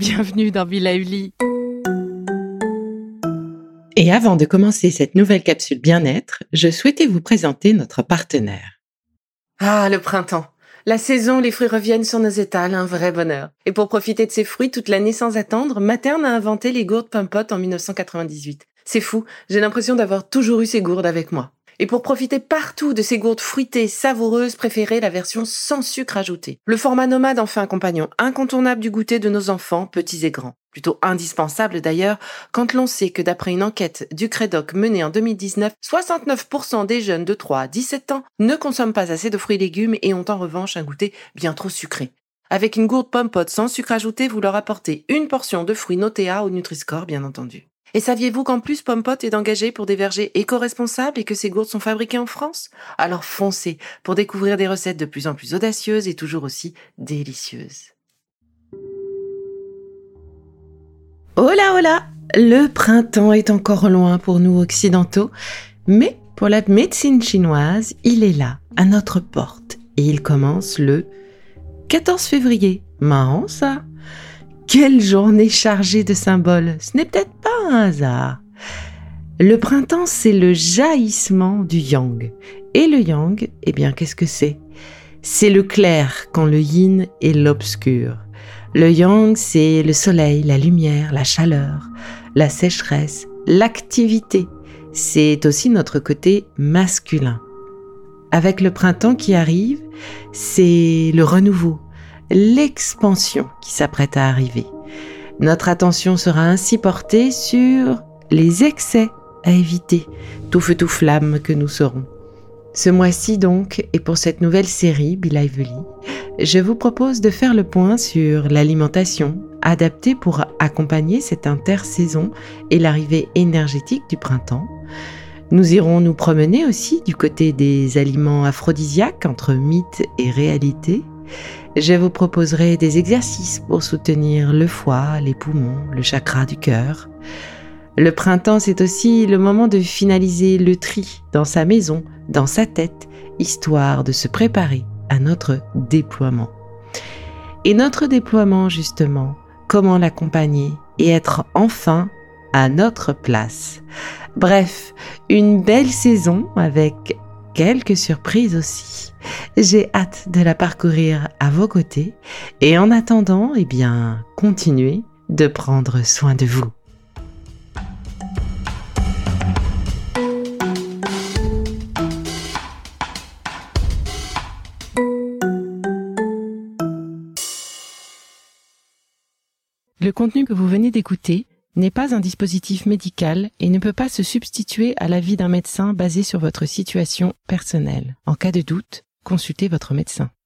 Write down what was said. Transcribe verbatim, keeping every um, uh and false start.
bienvenue dans Villa Uli. Et avant de commencer cette nouvelle capsule bien-être, je souhaitais vous présenter notre partenaire. Ah, le printemps. La saison où les fruits reviennent sur nos étals, un vrai bonheur. Et pour profiter de ces fruits toute l'année sans attendre, Materne a inventé les gourdes Pum-Pot en dix-neuf cent quatre-vingt-dix-huit. C'est fou, j'ai l'impression d'avoir toujours eu ces gourdes avec moi. Et pour profiter partout de ces gourdes fruitées, savoureuses, préférez la version sans sucre ajouté. Le format nomade en fait un compagnon incontournable du goûter de nos enfants, petits et grands. Plutôt indispensable d'ailleurs, quand l'on sait que d'après une enquête du Crédoc menée en deux mille dix-neuf, soixante-neuf pour cent des jeunes de trois à dix-sept ans ne consomment pas assez de fruits et légumes et ont en revanche un goûter bien trop sucré. Avec une gourde Pum-Pot sans sucre ajouté, vous leur apportez une portion de fruits notés A au Nutri-Score, bien entendu. Et saviez-vous qu'en plus Pum-Pot est engagé pour des vergers éco-responsables et que ces gourdes sont fabriquées en France ? Alors foncez pour découvrir des recettes de plus en plus audacieuses et toujours aussi délicieuses. Hola hola, le printemps est encore loin pour nous occidentaux, mais pour la médecine chinoise, il est là, à notre porte. Et il commence le quatorze février. Marrant ça. Quelle journée chargée de symboles, ce n'est peut-être pas un hasard. Le printemps, c'est le jaillissement du yang. Et le yang, eh bien, qu'est-ce que c'est ? C'est le clair quand le yin est l'obscur. Le yang, c'est le soleil, la lumière, la chaleur, la sécheresse, l'activité. C'est aussi notre côté masculin. Avec le printemps qui arrive, c'est le renouveau, l'expansion qui s'apprête à arriver. Notre attention sera ainsi portée sur les excès à éviter, tout feu tout flamme que nous serons. Ce mois-ci donc, et pour cette nouvelle série Be Lively, je vous propose de faire le point sur l'alimentation adaptée pour accompagner cette intersaison et l'arrivée énergétique du printemps. Nous irons nous promener aussi du côté des aliments aphrodisiaques entre mythe et réalité. Je vous proposerai des exercices pour soutenir le foie, les poumons, le chakra du cœur. Le printemps, c'est aussi le moment de finaliser le tri dans sa maison, dans sa tête, histoire de se préparer à notre déploiement. Et notre déploiement, justement, comment l'accompagner et être enfin à notre place. Bref, une belle saison avec quelques surprises aussi. J'ai hâte de la parcourir à vos côtés et en attendant, eh bien, continuez de prendre soin de vous. Le contenu que vous venez d'écouter n'est pas un dispositif médical et ne peut pas se substituer à l'avis d'un médecin basé sur votre situation personnelle. En cas de doute, consultez votre médecin.